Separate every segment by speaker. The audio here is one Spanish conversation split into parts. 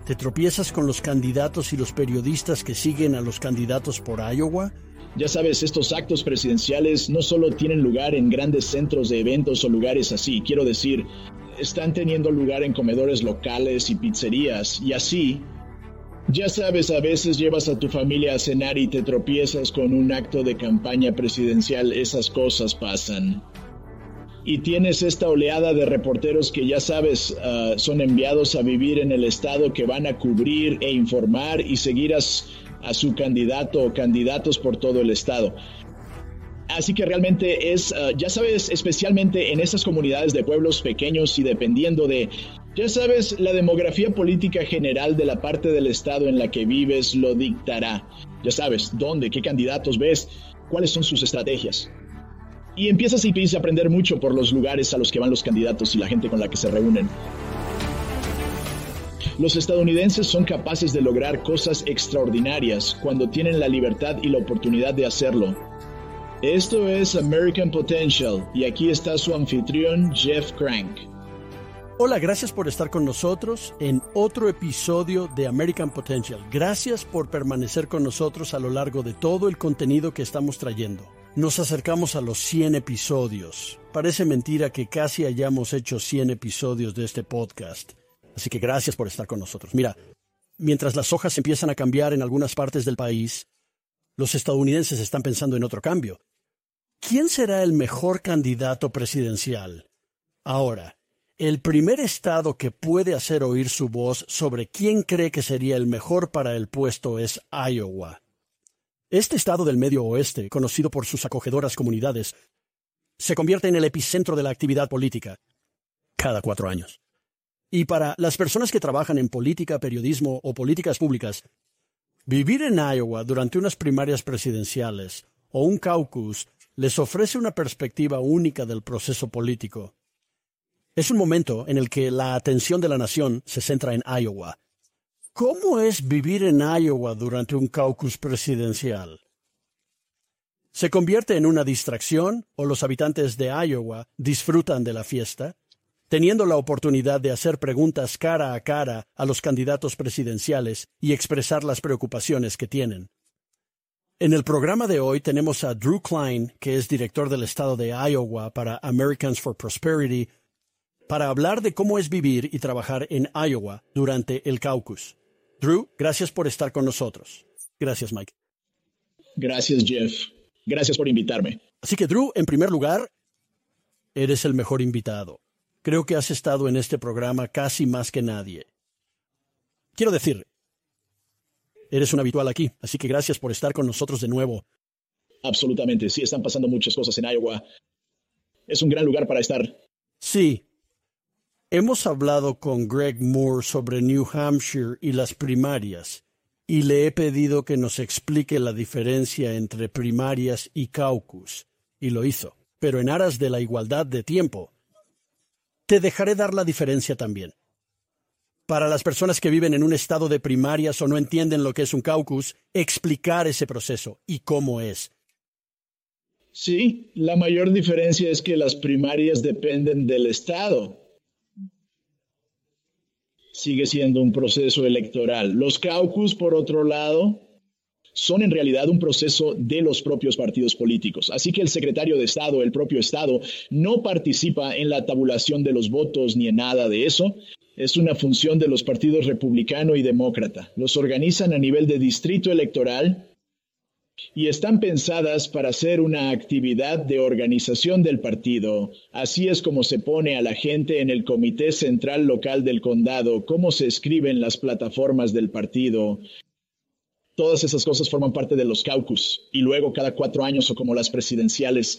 Speaker 1: ¿Te tropiezas con los candidatos y los periodistas que siguen a los candidatos por Iowa?
Speaker 2: Ya sabes, estos actos presidenciales no solo tienen lugar en grandes centros de eventos o lugares así, quiero decir, están teniendo lugar en comedores locales y pizzerías, y así, ya sabes, a veces llevas a tu familia a cenar y te tropiezas con un acto de campaña presidencial, esas cosas pasan. Y tienes esta oleada de reporteros que ya sabes, son enviados a vivir en el estado, que van a cubrir e informar y seguir a su candidato o candidatos por todo el estado. Así que realmente es, ya sabes, especialmente en esas comunidades de pueblos pequeños y dependiendo de, ya sabes, la demografía política general de la parte del estado en la que vives lo dictará. Ya sabes, dónde, qué candidatos ves, cuáles son sus estrategias. Y empiezas a aprender mucho por los lugares a los que van los candidatos y la gente con la que se reúnen. Los estadounidenses son capaces de lograr cosas extraordinarias cuando tienen la libertad y la oportunidad de hacerlo. Esto es American Potential y aquí está su anfitrión Jeff Crank.
Speaker 1: Hola, gracias por estar con nosotros en otro episodio de American Potential. Gracias por permanecer con nosotros a lo largo de todo el contenido que estamos trayendo. Nos acercamos a los 100 episodios. Parece mentira que casi hayamos hecho 100 episodios de este podcast. Así que gracias por estar con nosotros. Mira, mientras las hojas empiezan a cambiar en algunas partes del país, los estadounidenses están pensando en otro cambio. ¿Quién será el mejor candidato presidencial? Ahora, el primer estado que puede hacer oír su voz sobre quién cree que sería el mejor para el puesto es Iowa. Este estado del Medio Oeste, conocido por sus acogedoras comunidades, se convierte en el epicentro de la actividad política cada 4 años. Y para las personas que trabajan en política, periodismo o políticas públicas, vivir en Iowa durante unas primarias presidenciales o un caucus les ofrece una perspectiva única del proceso político. Es un momento en el que la atención de la nación se centra en Iowa. ¿Cómo es vivir en Iowa durante un caucus presidencial? ¿Se convierte en una distracción o los habitantes de Iowa disfrutan de la fiesta, teniendo la oportunidad de hacer preguntas cara a cara a los candidatos presidenciales y expresar las preocupaciones que tienen? En el programa de hoy tenemos a Drew Klein, que es director del estado de Iowa para Americans for Prosperity, para hablar de cómo es vivir y trabajar en Iowa durante el caucus. Drew, gracias por estar con nosotros. Gracias, Mike.
Speaker 2: Gracias, Jeff. Gracias por invitarme.
Speaker 1: Así que, Drew, en primer lugar, eres el mejor invitado. Creo que has estado en este programa casi más que nadie. Quiero decir, eres un habitual aquí, así que gracias por estar con nosotros de nuevo.
Speaker 2: Absolutamente, sí, están pasando muchas cosas en Iowa. Es un gran lugar para estar.
Speaker 1: Sí. Hemos hablado con Greg Moore sobre New Hampshire y las primarias, y le he pedido que nos explique la diferencia entre primarias y caucus, y lo hizo. Pero en aras de la igualdad de tiempo, te dejaré dar la diferencia también. Para las personas que viven en un estado de primarias o no entienden lo que es un caucus, explicar ese proceso y cómo es.
Speaker 2: Sí, la mayor diferencia es que las primarias dependen del estado. Sigue siendo un proceso electoral. Los caucus, por otro lado, son en realidad un proceso de los propios partidos políticos. Así que el secretario de Estado, el propio Estado, no participa en la tabulación de los votos ni en nada de eso. Es una función de los partidos republicano y demócrata. Los organizan a nivel de distrito electoral y están pensadas para ser una actividad de organización del partido. Así es como se pone a la gente en el comité central local del condado, cómo se escriben las plataformas del partido. Todas esas cosas forman parte de los caucus, y luego cada 4 años o como las presidenciales.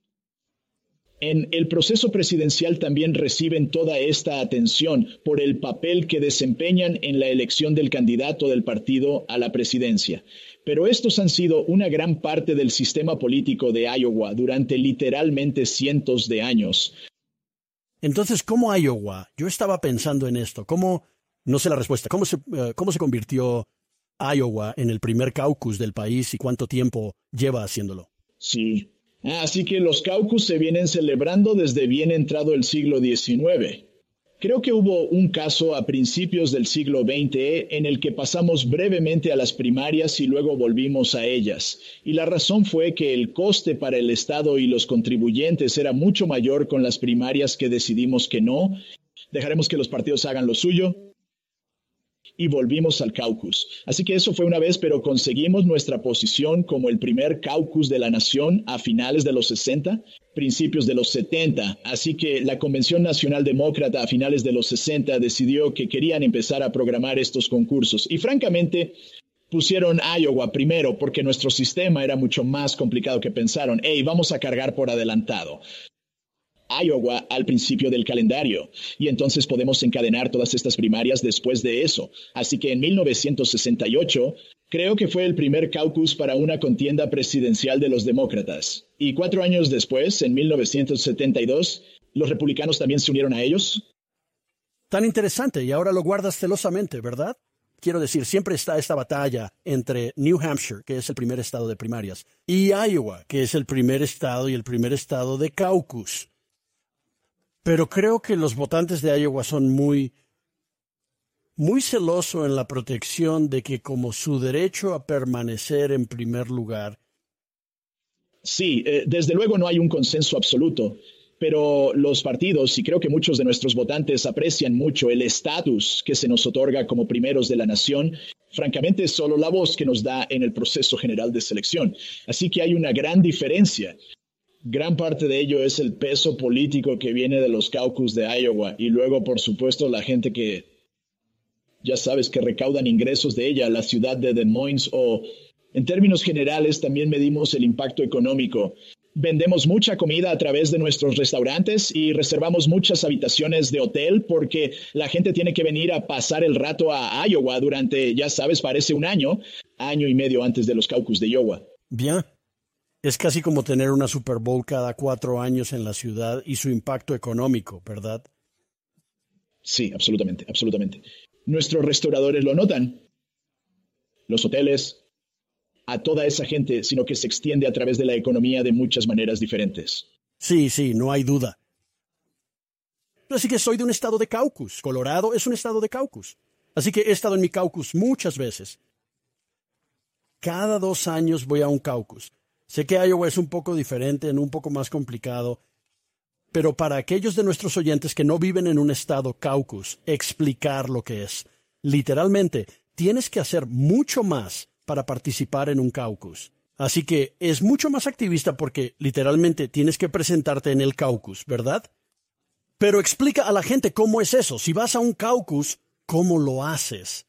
Speaker 2: En el proceso presidencial también reciben toda esta atención por el papel que desempeñan en la elección del candidato del partido a la presidencia. Pero estos han sido una gran parte del sistema político de Iowa durante literalmente cientos de años.
Speaker 1: Entonces, ¿cómo Iowa? Yo estaba pensando en esto. ¿Cómo? No sé la respuesta. ¿Cómo se convirtió Iowa en el primer caucus del país y cuánto tiempo lleva haciéndolo?
Speaker 2: Sí. Así que los caucus se vienen celebrando desde bien entrado el siglo XIX. Creo que hubo un caso a principios del siglo XX en el que pasamos brevemente a las primarias y luego volvimos a ellas. Y la razón fue que el coste para el Estado y los contribuyentes era mucho mayor con las primarias, que decidimos que no. Dejaremos que los partidos hagan lo suyo. Y volvimos al caucus. Así que eso fue una vez, pero conseguimos nuestra posición como el primer caucus de la nación a finales de los 60, principios de los 70. Así que la Convención Nacional Demócrata a finales de los 60 decidió que querían empezar a programar estos concursos. Y francamente, pusieron Iowa primero porque nuestro sistema era mucho más complicado que pensaron. Hey, vamos a cargar por adelantado Iowa al principio del calendario, y entonces podemos encadenar todas estas primarias después de eso. Así que en 1968 creo que fue el primer caucus para una contienda presidencial de los demócratas. Y 4 años después, en 1972, los republicanos también se unieron a ellos.
Speaker 1: Tan interesante, y ahora lo guardas celosamente, ¿verdad? Quiero decir, siempre está esta batalla entre New Hampshire, que es el primer estado de primarias, y Iowa, que es el primer estado y el primer estado de caucus. Pero creo que los votantes de Iowa son muy celosos en la protección de que como su derecho a permanecer en primer lugar.
Speaker 2: Sí, desde luego no hay un consenso absoluto, pero los partidos, y creo que muchos de nuestros votantes aprecian mucho el estatus que se nos otorga como primeros de la nación. Francamente, es solo la voz que nos da en el proceso general de selección. Así que hay una gran diferencia. Gran parte de ello es el peso político que viene de los caucus de Iowa, y luego, por supuesto, la gente que, ya sabes, que recaudan ingresos de ella, la ciudad de Des Moines, o en términos generales también medimos el impacto económico. Vendemos mucha comida a través de nuestros restaurantes y reservamos muchas habitaciones de hotel porque la gente tiene que venir a pasar el rato a Iowa durante, ya sabes, parece un año y medio antes de los caucus de Iowa.
Speaker 1: Bien. Es casi como tener una Super Bowl cada 4 años en la ciudad y su impacto económico, ¿verdad?
Speaker 2: Sí, absolutamente, absolutamente. Nuestros restauradores lo notan. Los hoteles, a toda esa gente, sino que se extiende a través de la economía de muchas maneras diferentes.
Speaker 1: Sí, no hay duda. Así que soy de un estado de caucus. Colorado es un estado de caucus. Así que he estado en mi caucus muchas veces. Cada 2 años voy a un caucus. Sé que Iowa es un poco diferente, un poco más complicado, pero para aquellos de nuestros oyentes que no viven en un estado caucus, explicar lo que es. Literalmente, tienes que hacer mucho más para participar en un caucus. Así que es mucho más activista porque literalmente tienes que presentarte en el caucus, ¿verdad? Pero explica a la gente cómo es eso. Si vas a un caucus, ¿cómo lo haces?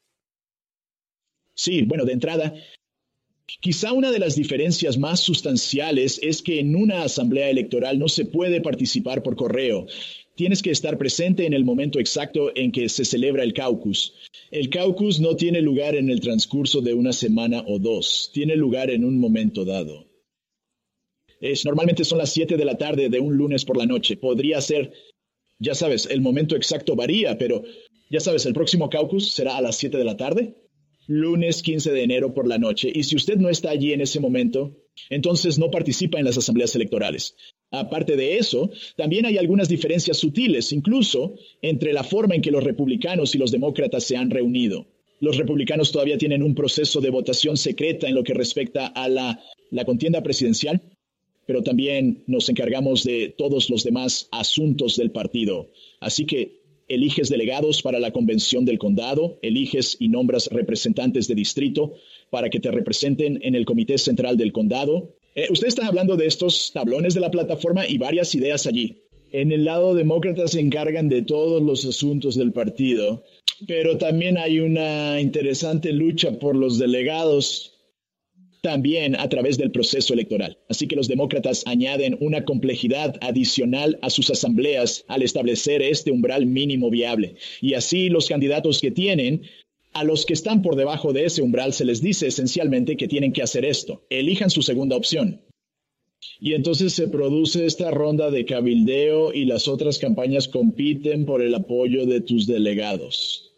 Speaker 2: Sí, bueno, de entrada, quizá una de las diferencias más sustanciales es que en una asamblea electoral no se puede participar por correo. Tienes que estar presente en el momento exacto en que se celebra el caucus. El caucus no tiene lugar en el transcurso de una semana o 2. Tiene lugar en un momento dado. Normalmente son las 7 de la tarde de un lunes por la noche. Podría ser, ya sabes, el momento exacto varía, pero ya sabes, el próximo caucus será a las 7 de la tarde. Lunes 15 de enero por la noche, y si usted no está allí en ese momento, entonces no participa en las asambleas electorales. Aparte de eso, también hay algunas diferencias sutiles, incluso entre la forma en que los republicanos y los demócratas se han reunido. Los republicanos todavía tienen un proceso de votación secreta en lo que respecta a la contienda presidencial, pero también nos encargamos de todos los demás asuntos del partido. Así que eliges delegados para la convención del condado, eliges y nombras representantes de distrito para que te representen en el comité central del condado. Usted está hablando de estos tablones de la plataforma y varias ideas allí. En el lado demócrata se encargan de todos los asuntos del partido, pero también hay una interesante lucha por los delegados, también a través del proceso electoral. Así que los demócratas añaden una complejidad adicional a sus asambleas al establecer este umbral mínimo viable. Y así los candidatos que tienen, a los que están por debajo de ese umbral se les dice esencialmente que tienen que hacer esto. Elijan su segunda opción. Y entonces se produce esta ronda de cabildeo y las otras campañas compiten por el apoyo de tus delegados.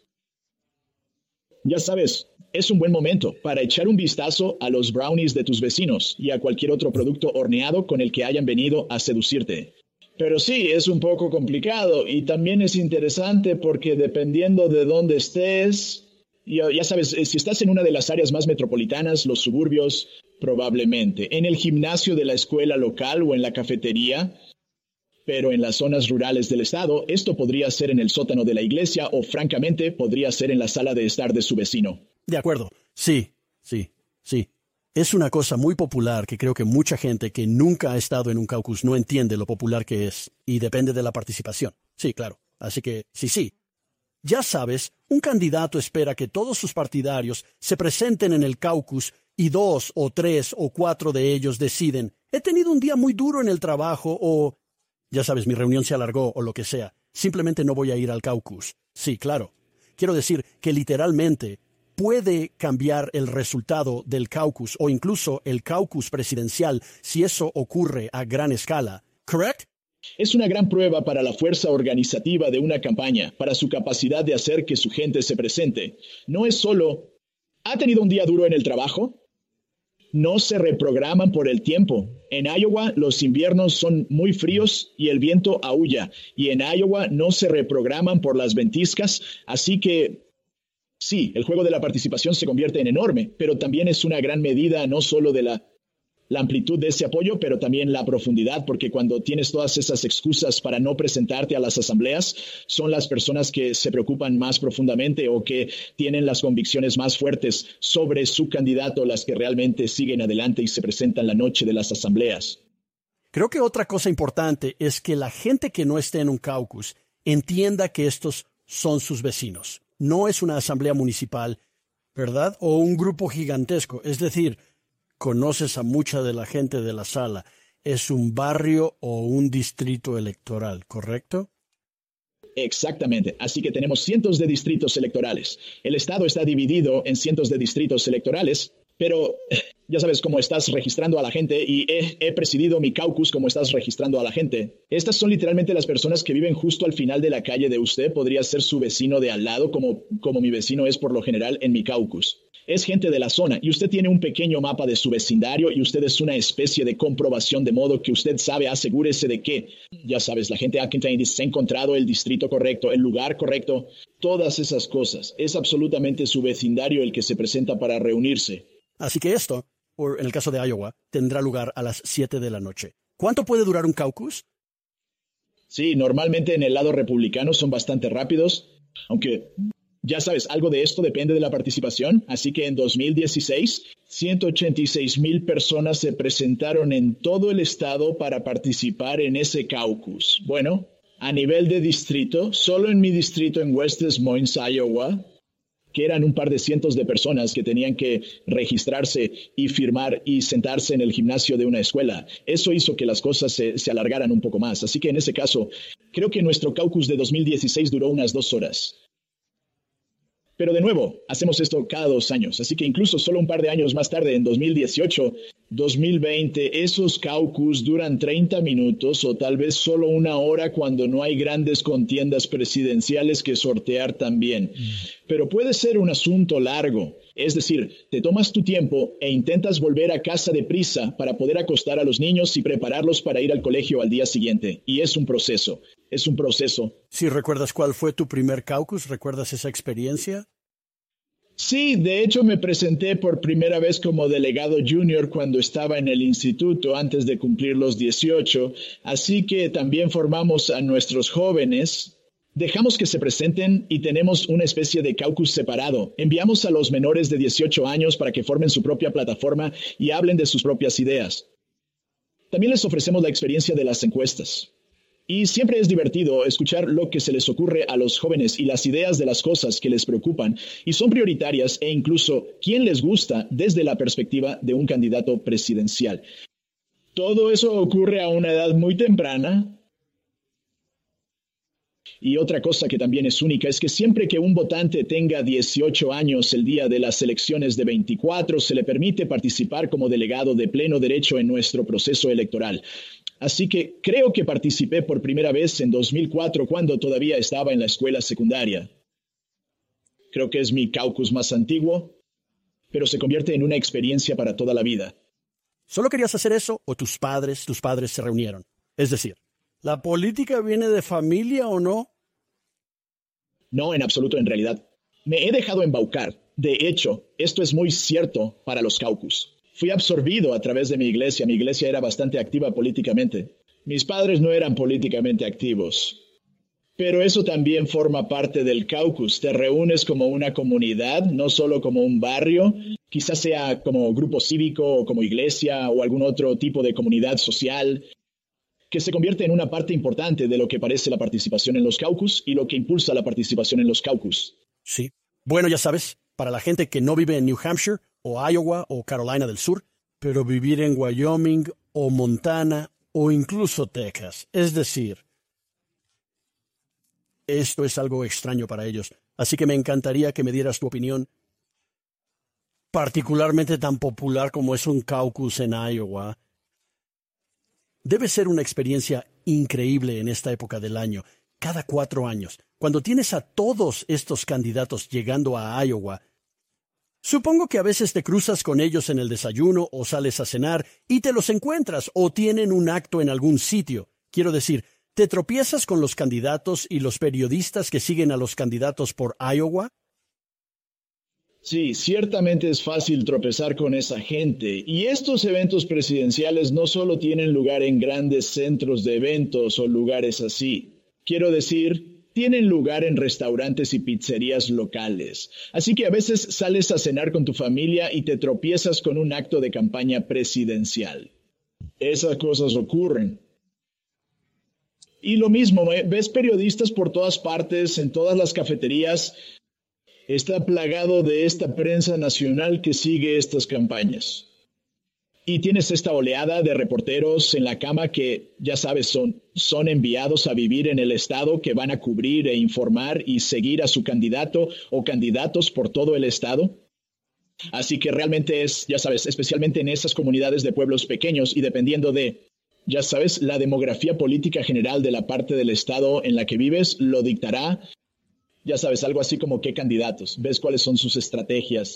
Speaker 2: Ya sabes, es un buen momento para echar un vistazo a los brownies de tus vecinos y a cualquier otro producto horneado con el que hayan venido a seducirte. Pero sí, es un poco complicado y también es interesante porque dependiendo de dónde estés, ya sabes, si estás en una de las áreas más metropolitanas, los suburbios, probablemente, en el gimnasio de la escuela local o en la cafetería, pero en las zonas rurales del estado, esto podría ser en el sótano de la iglesia o francamente podría ser en la sala de estar de su vecino.
Speaker 1: De acuerdo. Sí, sí, sí. Es una cosa muy popular que creo que mucha gente que nunca ha estado en un caucus no entiende lo popular que es y depende de la participación. Sí, claro. Así que, sí. Ya sabes, un candidato espera que todos sus partidarios se presenten en el caucus y 2 o 3 o 4 de ellos deciden, he tenido un día muy duro en el trabajo o, ya sabes, mi reunión se alargó o lo que sea, simplemente no voy a ir al caucus. Sí, claro. Quiero decir que literalmente puede cambiar el resultado del caucus o incluso el caucus presidencial si eso ocurre a gran escala. ¿Correct?
Speaker 2: Es una gran prueba para la fuerza organizativa de una campaña, para su capacidad de hacer que su gente se presente. No es solo, ¿ha tenido un día duro en el trabajo? No se reprograman por el tiempo. En Iowa los inviernos son muy fríos y el viento aúlla. Y en Iowa no se reprograman por las ventiscas, así que sí, el juego de la participación se convierte en enorme, pero también es una gran medida no solo de la amplitud de ese apoyo, pero también la profundidad, porque cuando tienes todas esas excusas para no presentarte a las asambleas, son las personas que se preocupan más profundamente o que tienen las convicciones más fuertes sobre su candidato, las que realmente siguen adelante y se presentan la noche de las asambleas.
Speaker 1: Creo que otra cosa importante es que la gente que no esté en un caucus entienda que estos son sus vecinos. No es una asamblea municipal, ¿verdad? O un grupo gigantesco. Es decir, conoces a mucha de la gente de la sala. Es un barrio o un distrito electoral, ¿correcto?
Speaker 2: Exactamente. Así que tenemos cientos de distritos electorales. El estado está dividido en cientos de distritos electorales, pero ya sabes cómo estás registrando a la gente y he presidido mi caucus como estás registrando a la gente. Estas son literalmente las personas que viven justo al final de la calle de usted. Podría ser su vecino de al lado, como mi vecino es por lo general en mi caucus. Es gente de la zona y usted tiene un pequeño mapa de su vecindario y usted es una especie de comprobación de modo que usted sabe, asegúrese de que, ya sabes, la gente de Akintaindy se ha encontrado el distrito correcto, el lugar correcto, todas esas cosas. Es absolutamente su vecindario el que se presenta para reunirse.
Speaker 1: Así que esto, o en el caso de Iowa, tendrá lugar a las 7 de la noche. ¿Cuánto puede durar un caucus?
Speaker 2: Sí, normalmente en el lado republicano son bastante rápidos, aunque ya sabes, algo de esto depende de la participación, así que en 2016, 186,000 personas se presentaron en todo el estado para participar en ese caucus. Bueno, a nivel de distrito, solo en mi distrito en West Des Moines, Iowa, que eran un par de cientos de personas que tenían que registrarse y firmar y sentarse en el gimnasio de una escuela. Eso hizo que las cosas se alargaran un poco más. Así que en ese caso, creo que nuestro caucus de 2016 duró unas 2 horas. Pero de nuevo, hacemos esto cada 2 años, así que incluso solo un par de años más tarde, en 2018, 2020, esos caucus duran 30 minutos o tal vez solo 1 hora cuando no hay grandes contiendas presidenciales que sortear también. Pero puede ser un asunto largo, es decir, te tomas tu tiempo e intentas volver a casa deprisa para poder acostar a los niños y prepararlos para ir al colegio al día siguiente. Y es un proceso. Es un proceso.
Speaker 1: Si recuerdas cuál fue tu primer caucus, ¿recuerdas esa experiencia?
Speaker 2: Sí, de hecho me presenté por primera vez como delegado junior cuando estaba en el instituto antes de cumplir los 18, así que también formamos a nuestros jóvenes. Dejamos que se presenten y tenemos una especie de caucus separado. Enviamos a los menores de 18 años para que formen su propia plataforma y hablen de sus propias ideas. También les ofrecemos la experiencia de las encuestas. Y siempre es divertido escuchar lo que se les ocurre a los jóvenes y las ideas de las cosas que les preocupan y son prioritarias e incluso quién les gusta desde la perspectiva de un candidato presidencial. Todo eso ocurre a una edad muy temprana. Y otra cosa que también es única es que siempre que un votante tenga 18 años el día de las elecciones de 24, se le permite participar como delegado de pleno derecho en nuestro proceso electoral. Así que creo que participé por primera vez en 2004 cuando todavía estaba en la escuela secundaria. Creo que es mi caucus más antiguo, pero se convierte en una experiencia para toda la vida.
Speaker 1: ¿Solo querías hacer eso o tus padres se reunieron? Es decir, ¿La política viene de familia o no?
Speaker 2: No, en absoluto, en realidad. Me he dejado embaucar. De hecho, esto es muy cierto para los caucus. Fui absorbido a través de mi iglesia. Mi iglesia era bastante activa políticamente. Mis padres no eran políticamente activos. Pero eso también forma parte del caucus. Te reúnes como una comunidad, no solo como un barrio. Quizás sea como grupo cívico o como iglesia o algún otro tipo de comunidad social, que se convierte en una parte importante de lo que parece la participación en los caucus y lo que impulsa la participación en los caucus.
Speaker 1: Sí. Bueno, ya sabes, para la gente que no vive en New Hampshire, o Iowa, o Carolina del Sur, pero vivir en Wyoming, o Montana, o incluso Texas. Es decir, esto es algo extraño para ellos. Así que me encantaría que me dieras tu opinión, particularmente tan popular como es un caucus en Iowa. Debe ser una experiencia increíble en esta época del año, cada 4 años, cuando tienes a todos estos candidatos llegando a Iowa. Supongo que a veces te cruzas con ellos en el desayuno o sales a cenar y te los encuentras o tienen un acto en algún sitio. Quiero decir, ¿te tropiezas con los candidatos y los periodistas que siguen a los candidatos por Iowa?
Speaker 2: Sí, ciertamente es fácil tropezar con esa gente, y estos eventos presidenciales no solo tienen lugar en grandes centros de eventos o lugares así. Quiero decir, tienen lugar en restaurantes y pizzerías locales. Así que a veces sales a cenar con tu familia y te tropiezas con un acto de campaña presidencial. Esas cosas ocurren. Y lo mismo, ves periodistas por todas partes, en todas las cafeterías. Está plagado de esta prensa nacional que sigue estas campañas. Y tienes esta oleada de reporteros en la cama que, ya sabes, son enviados a vivir en el estado, que van a cubrir e informar y seguir a su candidato o candidatos por todo el estado. Así que realmente es, ya sabes, especialmente en esas comunidades de pueblos pequeños y dependiendo de, ya sabes, la demografía política general de la parte del estado en la que vives, lo dictará. Ya sabes, algo así como qué candidatos, ves cuáles son sus estrategias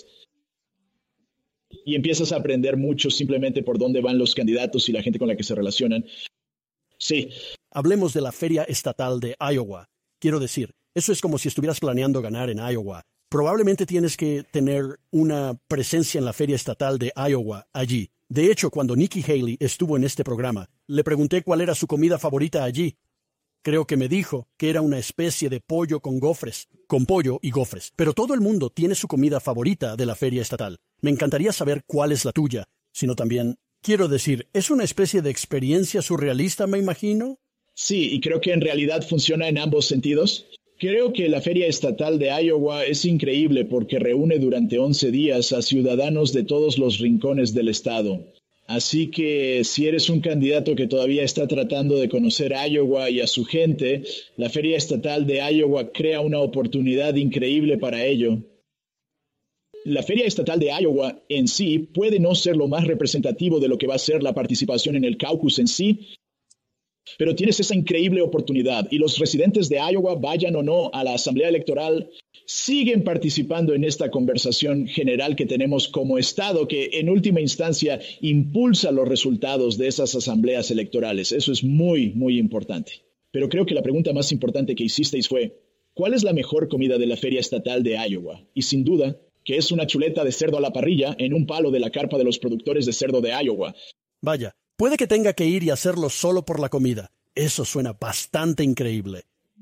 Speaker 2: y empiezas a aprender mucho simplemente por dónde van los candidatos y la gente con la que se relacionan. Sí.
Speaker 1: Hablemos de la Feria Estatal de Iowa. Quiero decir, eso es como si estuvieras planeando ganar en Iowa. Probablemente tienes que tener una presencia en la Feria Estatal de Iowa allí. De hecho, cuando Nikki Haley estuvo en este programa, le pregunté cuál era su comida favorita allí. Creo que me dijo que era una especie de pollo con gofres, con pollo y gofres. Pero todo el mundo tiene su comida favorita de la feria estatal. Me encantaría saber cuál es la tuya, sino también, quiero decir, ¿es una especie de experiencia surrealista, me imagino?
Speaker 2: Sí, y creo que en realidad funciona en ambos sentidos. Creo que la Feria Estatal de Iowa es increíble porque reúne durante 11 días a ciudadanos de todos los rincones del estado. Así que si eres un candidato que todavía está tratando de conocer a Iowa y a su gente, la Feria Estatal de Iowa crea una oportunidad increíble para ello. La Feria Estatal de Iowa en sí puede no ser lo más representativo de lo que va a ser la participación en el caucus en sí, pero tienes esa increíble oportunidad y los residentes de Iowa, vayan o no a la asamblea electoral, siguen participando en esta conversación general que tenemos como Estado, que en última instancia impulsa los resultados de esas asambleas electorales. Eso es muy, muy importante. Pero creo que la pregunta más importante que hicisteis fue, ¿cuál es la mejor comida de la Feria Estatal de Iowa? Y sin duda, que es una chuleta de cerdo a la parrilla en un palo de la carpa de los productores de cerdo de Iowa.
Speaker 1: Vaya. Puede que tenga que ir y hacerlo solo por la comida. Eso suena bastante increíble.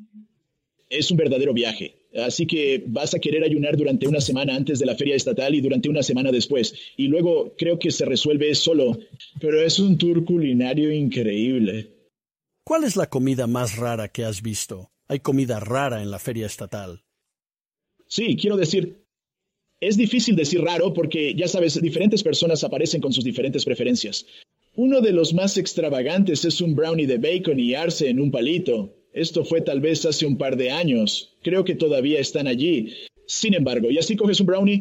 Speaker 2: Es un verdadero viaje. Así que vas a querer ayunar durante una semana antes de la feria estatal y durante una semana después. Y luego creo que se resuelve solo. Pero es un tour culinario increíble.
Speaker 1: ¿Cuál es la comida más rara que has visto? Hay comida rara en la feria estatal.
Speaker 2: Sí, quiero decir, es difícil decir raro porque, ya sabes, diferentes personas aparecen con sus diferentes preferencias. Uno de los más extravagantes es un brownie de bacon y arce en un palito. Esto fue tal vez hace un par de años. Creo que todavía están allí. Sin embargo, y así coges un brownie,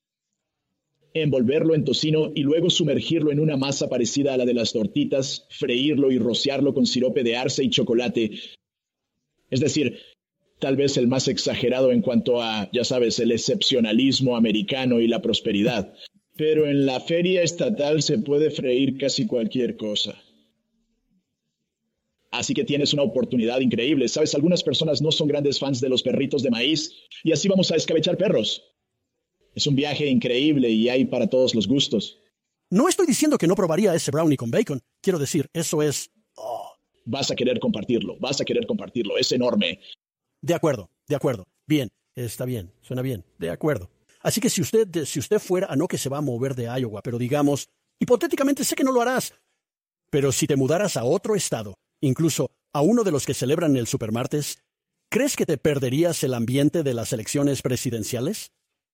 Speaker 2: envolverlo en tocino y luego sumergirlo en una masa parecida a la de las tortitas, freírlo y rociarlo con sirope de arce y chocolate. Es decir, tal vez el más exagerado en cuanto a, ya sabes, el excepcionalismo americano y la prosperidad. Pero en la feria estatal se puede freír casi cualquier cosa. Así que tienes una oportunidad increíble. Sabes, algunas personas no son grandes fans de los perritos de maíz y así vamos a escabechar perros. Es un viaje increíble y hay para todos los gustos.
Speaker 1: No estoy diciendo que no probaría ese brownie con bacon. Quiero decir, eso es... Oh.
Speaker 2: Vas a querer compartirlo, es enorme.
Speaker 1: De acuerdo. Bien, está bien, suena bien, de acuerdo. Así que si usted fuera, no que se va a mover de Iowa, pero digamos, hipotéticamente sé que no lo harás, pero si te mudaras a otro estado, incluso a uno de los que celebran el Supermartes, ¿crees que te perderías el ambiente de las elecciones presidenciales?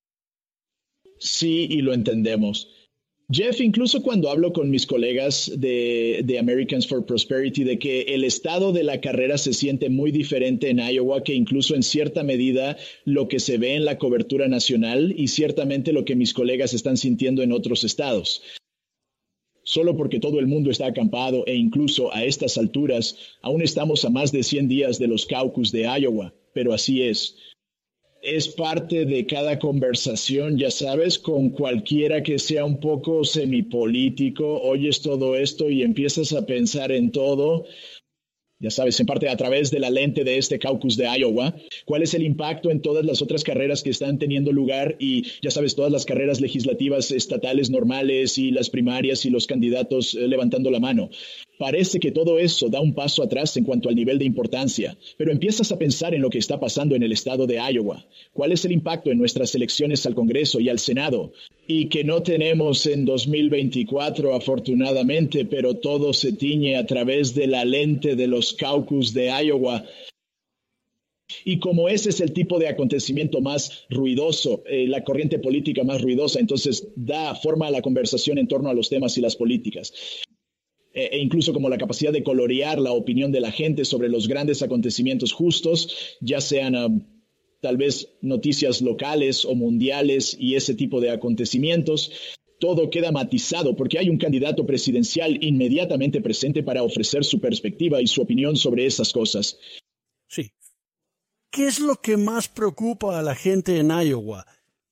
Speaker 2: Sí, y lo entendemos. Jeff, incluso cuando hablo con mis colegas de Americans for Prosperity, de que el estado de la carrera se siente muy diferente en Iowa que incluso en cierta medida lo que se ve en la cobertura nacional y ciertamente lo que mis colegas están sintiendo en otros estados. Solo porque todo el mundo está acampado e incluso a estas alturas aún estamos a más de 100 días de los caucus de Iowa, pero así es. Es parte de cada conversación, ya sabes, con cualquiera que sea un poco semipolítico, oyes todo esto y empiezas a pensar en todo, ya sabes, en parte a través de la lente de este caucus de Iowa, cuál es el impacto en todas las otras carreras que están teniendo lugar y, ya sabes, todas las carreras legislativas estatales normales y las primarias y los candidatos levantando la mano. Parece que todo eso da un paso atrás en cuanto al nivel de importancia, pero empiezas a pensar en lo que está pasando en el estado de Iowa. ¿Cuál es el impacto en nuestras elecciones al Congreso y al Senado? Y que no tenemos en 2024, afortunadamente, pero todo se tiñe a través de la lente de los caucus de Iowa. Y como ese es el tipo de acontecimiento más ruidoso, la corriente política más ruidosa, entonces da forma a la conversación en torno a los temas y las políticas. E incluso como la capacidad de colorear la opinión de la gente sobre los grandes acontecimientos justos, ya sean tal vez noticias locales o mundiales y ese tipo de acontecimientos. Todo queda matizado porque hay un candidato presidencial inmediatamente presente para ofrecer su perspectiva y su opinión sobre esas cosas.
Speaker 1: Sí. ¿Qué es lo que más preocupa a la gente en Iowa?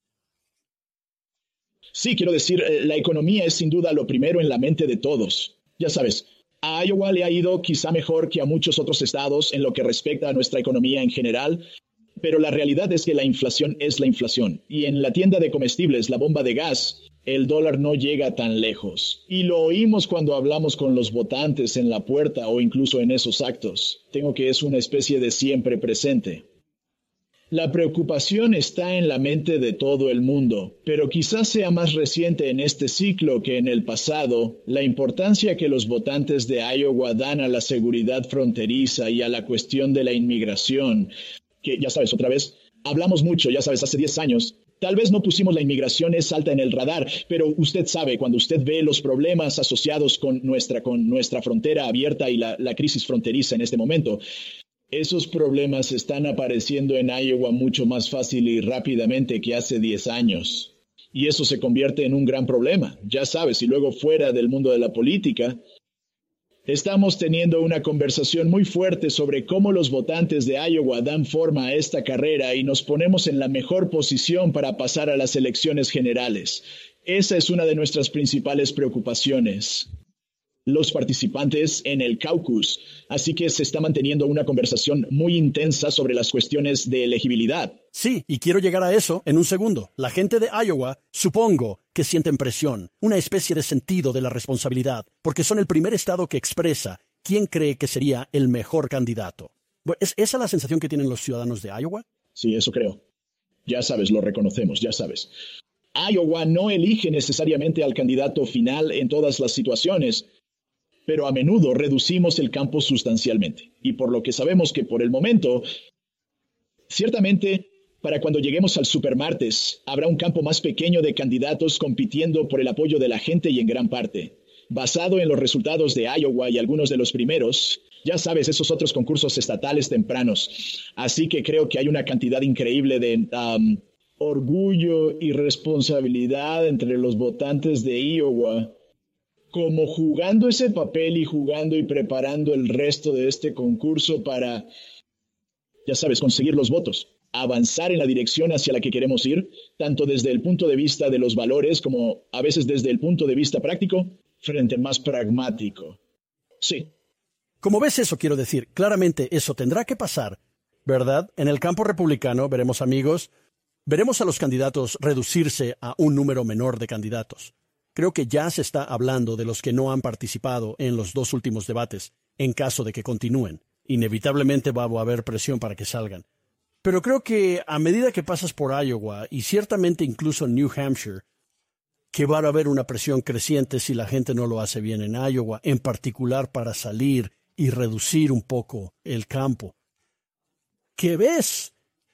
Speaker 2: Sí, quiero decir, la economía es sin duda lo primero en la mente de todos. Ya sabes, a Iowa le ha ido quizá mejor que a muchos otros estados en lo que respecta a nuestra economía en general, pero la realidad es que la inflación es la inflación. Y en la tienda de comestibles, la bomba de gas, el dólar no llega tan lejos. Y lo oímos cuando hablamos con los votantes en la puerta o incluso en esos actos. Tengo que es una especie de siempre presente. La preocupación está en la mente de todo el mundo, pero quizás sea más reciente en este ciclo que en el pasado la importancia que los votantes de Iowa dan a la seguridad fronteriza y a la cuestión de la inmigración, que ya sabes, otra vez, hablamos mucho, ya sabes, hace 10 años. Tal vez no pusimos la inmigración es alta en el radar, pero usted sabe, cuando usted ve los problemas asociados con nuestra frontera abierta y la crisis fronteriza en este momento, esos problemas están apareciendo en Iowa mucho más fácil y rápidamente que hace 10 años. Y eso se convierte en un gran problema, ya sabes, y luego fuera del mundo de la política. Estamos teniendo una conversación muy fuerte sobre cómo los votantes de Iowa dan forma a esta carrera y nos ponemos en la mejor posición para pasar a las elecciones generales. Esa es una de nuestras principales preocupaciones. Los participantes en el caucus, así que se está manteniendo una conversación muy intensa sobre las cuestiones de elegibilidad.
Speaker 1: Sí, y quiero llegar a eso en un segundo. La gente de Iowa, supongo que sienten presión, una especie de sentido de la responsabilidad, porque son el primer estado que expresa quién cree que sería el mejor candidato. ¿Es esa la sensación que tienen los ciudadanos de Iowa?
Speaker 2: Sí, eso creo. Ya sabes, lo reconocemos, ya sabes. Iowa no elige necesariamente al candidato final en todas las situaciones, pero a menudo reducimos el campo sustancialmente. Y por lo que sabemos que por el momento, ciertamente, para cuando lleguemos al Supermartes, habrá un campo más pequeño de candidatos compitiendo por el apoyo de la gente y en gran parte, basado en los resultados de Iowa y algunos de los primeros, ya sabes, esos otros concursos estatales tempranos. Así que creo que hay una cantidad increíble de orgullo y responsabilidad entre los votantes de Iowa, como jugando ese papel y jugando y preparando el resto de este concurso para, ya sabes, conseguir los votos, avanzar en la dirección hacia la que queremos ir, tanto desde el punto de vista de los valores como a veces desde el punto de vista práctico, frente más pragmático. Sí.
Speaker 1: Como ves eso, quiero decir, claramente eso tendrá que pasar, ¿verdad? En el campo republicano veremos amigos, veremos a los candidatos reducirse a un número menor de candidatos. Creo que ya se está hablando de los que no han participado en los 2 últimos debates, en caso de que continúen. Inevitablemente va a haber presión para que salgan. Pero creo que a medida que pasas por Iowa, y ciertamente incluso en New Hampshire, que va a haber una presión creciente si la gente no lo hace bien en Iowa, en particular para salir y reducir un poco el campo. ¿Qué ves?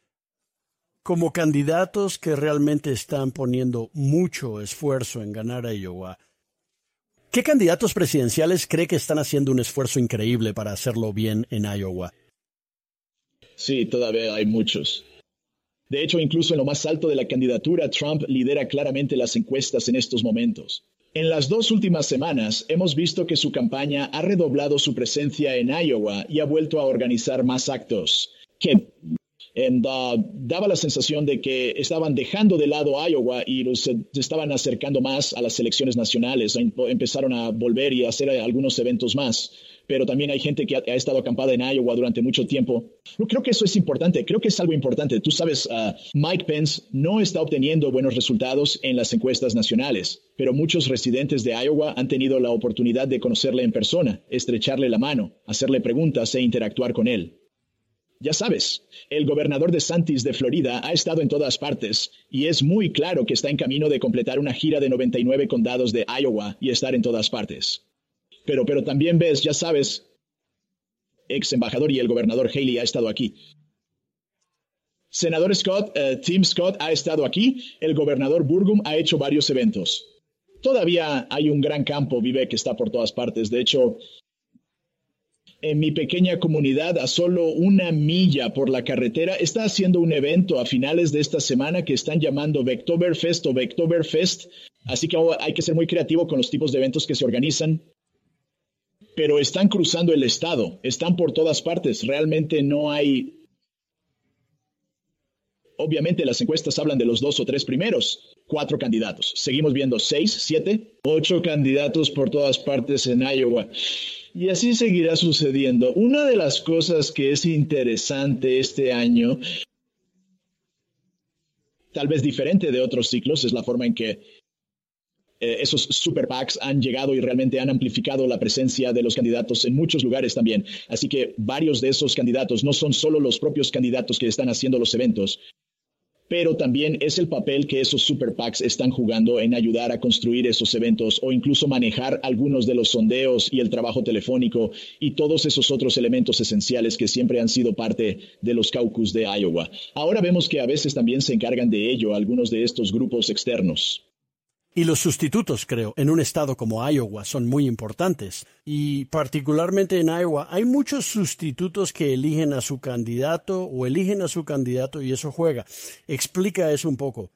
Speaker 1: Como candidatos que realmente están poniendo mucho esfuerzo en ganar a Iowa, ¿qué candidatos presidenciales cree que están haciendo un esfuerzo increíble para hacerlo bien en Iowa?
Speaker 2: Sí, todavía hay muchos. De hecho, incluso en lo más alto de la candidatura, Trump lidera claramente las encuestas en estos momentos. En las 2 últimas semanas, hemos visto que su campaña ha redoblado su presencia en Iowa y ha vuelto a organizar más actos. Que daba la sensación de que estaban dejando de lado Iowa y se estaban acercando más a las elecciones nacionales. Empezaron a volver y a hacer algunos eventos más. Pero también hay gente que ha estado acampada en Iowa durante mucho tiempo. Yo creo que eso es importante, creo que es algo importante. Tú sabes, Mike Pence no está obteniendo buenos resultados en las encuestas nacionales, pero muchos residentes de Iowa han tenido la oportunidad de conocerle en persona, estrecharle la mano, hacerle preguntas e interactuar con él. Ya sabes, el gobernador DeSantis de Florida ha estado en todas partes y es muy claro que está en camino de completar una gira de 99 condados de Iowa y estar en todas partes. Pero también ves, ya sabes, ex embajador y el gobernador Haley ha estado aquí. Senador Scott, Tim Scott ha estado aquí. El gobernador Burgum ha hecho varios eventos. Todavía hay un gran campo, Vivek, que está por todas partes. De hecho, en mi pequeña comunidad, a solo 1 milla por la carretera, está haciendo un evento a finales de esta semana que están llamando Vectoberfest o Vectoberfest. Así que hay que ser muy creativo con los tipos de eventos que se organizan. Pero están cruzando el estado, están por todas partes. Realmente no hay... Obviamente las encuestas hablan de los 2 o 3 primeros, 4 candidatos. Seguimos viendo 6, 7, 8 candidatos por todas partes en Iowa. Y así seguirá sucediendo. Una de las cosas que es interesante este año, tal vez diferente de otros ciclos, es la forma en que esos super PACs han llegado y realmente han amplificado la presencia de los candidatos en muchos lugares también. Así que varios de esos candidatos no son solo los propios candidatos que están haciendo los eventos, pero también es el papel que esos super PACs están jugando en ayudar a construir esos eventos o incluso manejar algunos de los sondeos y el trabajo telefónico y todos esos otros elementos esenciales que siempre han sido parte de los caucus de Iowa. Ahora vemos que a veces también se encargan de ello algunos de estos grupos externos.
Speaker 1: Y los sustitutos, creo, en un estado como Iowa son muy importantes. Y particularmente en Iowa hay muchos sustitutos que eligen a su candidato o eligen a su candidato y eso juega. Explica eso un poco.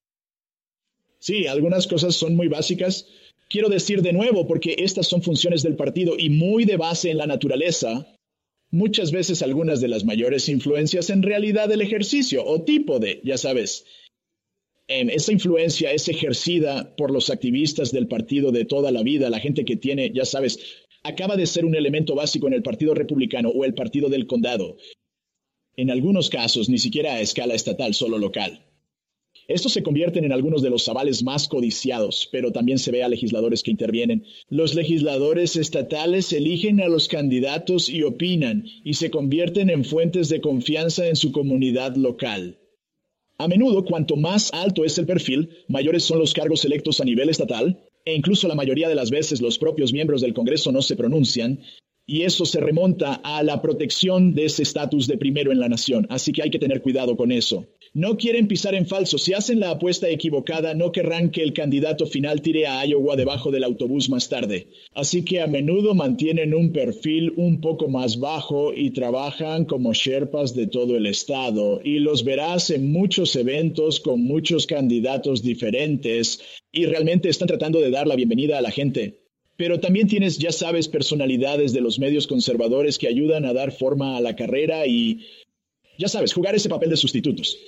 Speaker 2: Sí, algunas cosas son muy básicas. Quiero decir de nuevo, porque estas son funciones del partido y muy de base en la naturaleza. Muchas veces algunas de las mayores influencias en realidad del ejercicio o tipo de, ya sabes. Esa influencia es ejercida por los activistas del partido de toda la vida, la gente que tiene, ya sabes, acaba de ser un elemento básico en el Partido Republicano o el Partido del Condado. En algunos casos, ni siquiera a escala estatal, solo local. Estos se convierten en algunos de los avales más codiciados, pero también se ve a legisladores que intervienen. Los legisladores estatales eligen a los candidatos y opinan, y se convierten en fuentes de confianza en su comunidad local. A menudo, cuanto más alto es el perfil, mayores son los cargos electos a nivel estatal, e incluso la mayoría de las veces los propios miembros del Congreso no se pronuncian, y eso se remonta a la protección de ese estatus de primero en la nación, así que hay que tener cuidado con eso. No quieren pisar en falso. Si hacen la apuesta equivocada, no querrán que el candidato final tire a Iowa debajo del autobús más tarde. Así que a menudo mantienen un perfil un poco más bajo y trabajan como sherpas de todo el estado. Y los verás en muchos eventos con muchos candidatos diferentes y realmente están tratando de dar la bienvenida a la gente. Pero también tienes, ya sabes, personalidades de los medios conservadores que ayudan a dar forma a la carrera y, ya sabes, jugar ese papel de sustitutos.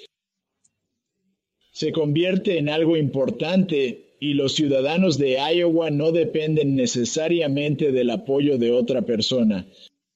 Speaker 2: Se convierte en algo importante y los ciudadanos de Iowa no dependen necesariamente del apoyo de otra persona.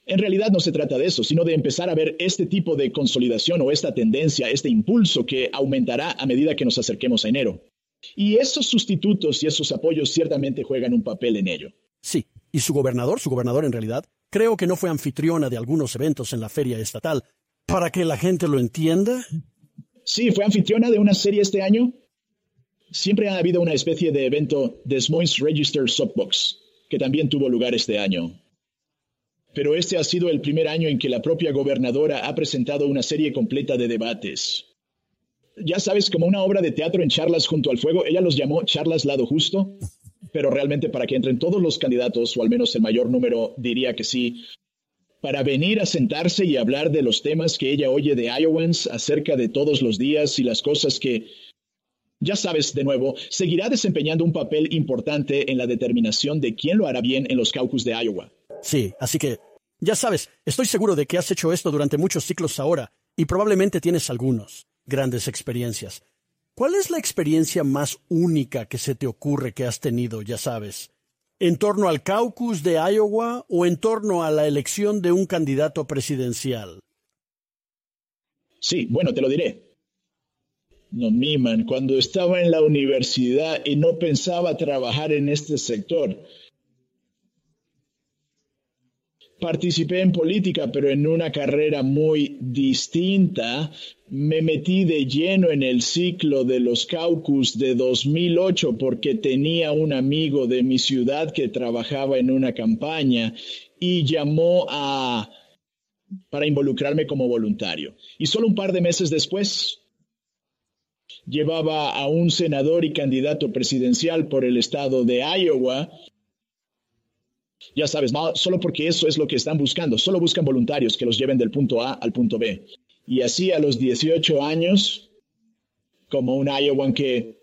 Speaker 2: En realidad no se trata de eso, sino de empezar a ver este tipo de consolidación o esta tendencia, este impulso que aumentará a medida que nos acerquemos a enero. Y esos sustitutos y esos apoyos ciertamente juegan un papel en ello.
Speaker 1: Sí, y su gobernador en realidad, creo que no fue anfitriona de algunos eventos en la feria estatal. ¿Para que la gente lo entienda?
Speaker 2: Sí, fue anfitriona de una serie este año. Siempre ha habido una especie de evento Des Moines Register Soapbox, que también tuvo lugar este año. Pero este ha sido el primer año en que la propia gobernadora ha presentado una serie completa de debates. Ya sabes, como una obra de teatro en charlas junto al fuego, ella los llamó charlas lado justo, pero realmente para que entren todos los candidatos, o al menos el mayor número, diría que sí, para venir a sentarse y hablar de los temas que ella oye de Iowans acerca de todos los días y las cosas que, ya sabes, de nuevo, seguirá desempeñando un papel importante en la determinación de quién lo hará bien en los caucus de Iowa.
Speaker 1: Sí, así que, ya sabes, estoy seguro de que has hecho esto durante muchos ciclos ahora, y probablemente tienes algunos grandes experiencias. ¿Cuál es la experiencia más única que se te ocurre que has tenido, ya sabes? ¿En torno al caucus de Iowa o en torno a la elección de un candidato presidencial?
Speaker 2: Sí, bueno, te lo diré. No, man, cuando estaba en la universidad y no pensaba trabajar en este sector, participé en política, pero en una carrera muy distinta. Me metí de lleno en el ciclo de los caucus de 2008 porque tenía un amigo de mi ciudad que trabajaba en una campaña y llamó para involucrarme como voluntario. Y solo un par de meses después llevaba a un senador y candidato presidencial por el estado de Iowa. Ya sabes, solo porque eso es lo que están buscando. Solo buscan voluntarios que los lleven del punto A al punto B. Y así a los 18 años, como un Iowan que...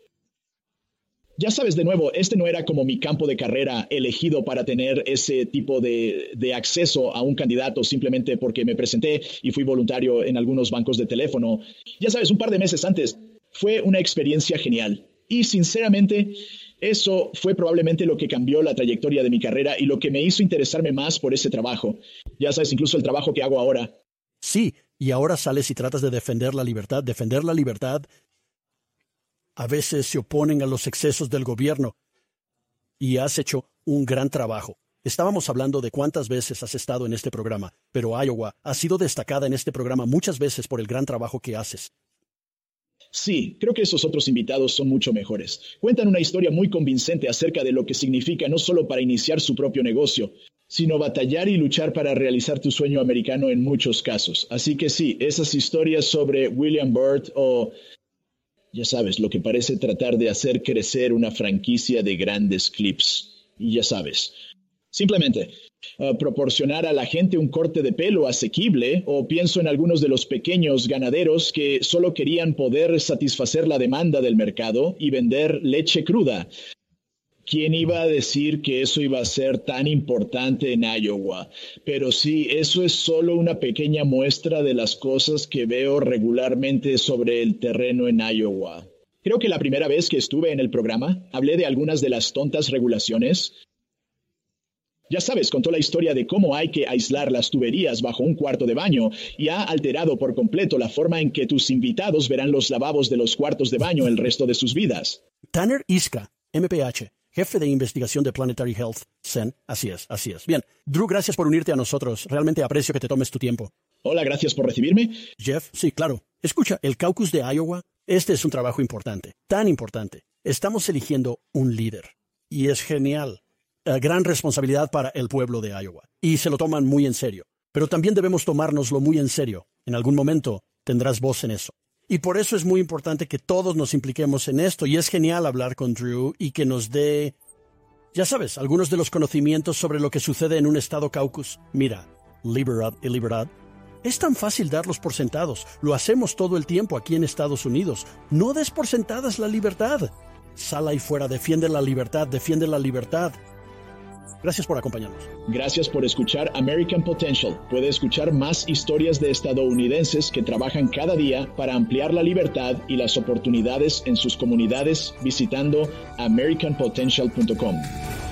Speaker 2: Ya sabes, de nuevo, este no era como mi campo de carrera elegido para tener ese tipo de acceso a un candidato simplemente porque me presenté y fui voluntario en algunos bancos de teléfono. Ya sabes, un par de meses antes. Fue una experiencia genial. Y sinceramente... eso fue probablemente lo que cambió la trayectoria de mi carrera y lo que me hizo interesarme más por ese trabajo. Ya sabes, incluso el trabajo que hago ahora.
Speaker 1: Sí, y ahora sales y tratas de defender la libertad. Defender la libertad. A veces se oponen a los excesos del gobierno. Y has hecho un gran trabajo. Estábamos hablando de cuántas veces has estado en este programa, pero Iowa ha sido destacada en este programa muchas veces por el gran trabajo que haces.
Speaker 2: Sí, creo que esos otros invitados son mucho mejores. Cuentan una historia muy convincente acerca de lo que significa no solo para iniciar su propio negocio, sino batallar y luchar para realizar tu sueño americano en muchos casos. Así que sí, esas historias sobre William Burt o, ya sabes, lo que parece tratar de hacer crecer una franquicia de grandes clips. Y ya sabes, simplemente proporcionar a la gente un corte de pelo asequible, o pienso en algunos de los pequeños ganaderos que solo querían poder satisfacer la demanda del mercado y vender leche cruda. ¿Quién iba a decir que eso iba a ser tan importante en Iowa? Pero sí, eso es solo una pequeña muestra de las cosas que veo regularmente sobre el terreno en Iowa. Creo que la primera vez que estuve en el programa, hablé de algunas de las tontas regulaciones. Ya sabes, contó la historia de cómo hay que aislar las tuberías bajo un cuarto de baño y ha alterado por completo la forma en que tus invitados verán los lavabos de los cuartos de baño el resto de sus vidas.
Speaker 1: Tanner Iskra, MPH, jefe de investigación de Planetary Health, CEN. Así es. Bien, Drew, gracias por unirte a nosotros. Realmente aprecio que te tomes tu tiempo.
Speaker 2: Hola, gracias por recibirme.
Speaker 1: Jeff, sí, claro. Escucha, el caucus de Iowa, este es un trabajo importante, tan importante. Estamos eligiendo un líder. Y es genial. Gran responsabilidad para el pueblo de Iowa. Y se lo toman muy en serio. Pero también debemos tomárnoslo muy en serio. En algún momento tendrás voz en eso. Y por eso es muy importante que todos nos impliquemos en esto. Y es genial hablar con Drew y que nos dé, ya sabes, algunos de los conocimientos sobre lo que sucede en un estado caucus. Mira, libertad. Es tan fácil darlos por sentados. Lo hacemos todo el tiempo aquí en Estados Unidos. No des por sentadas la libertad. Sal ahí fuera, defiende la libertad. Gracias por acompañarnos.
Speaker 2: Gracias por escuchar American Potential. Puede escuchar más historias de estadounidenses que trabajan cada día para ampliar la libertad y las oportunidades en sus comunidades visitando americanpotential.com.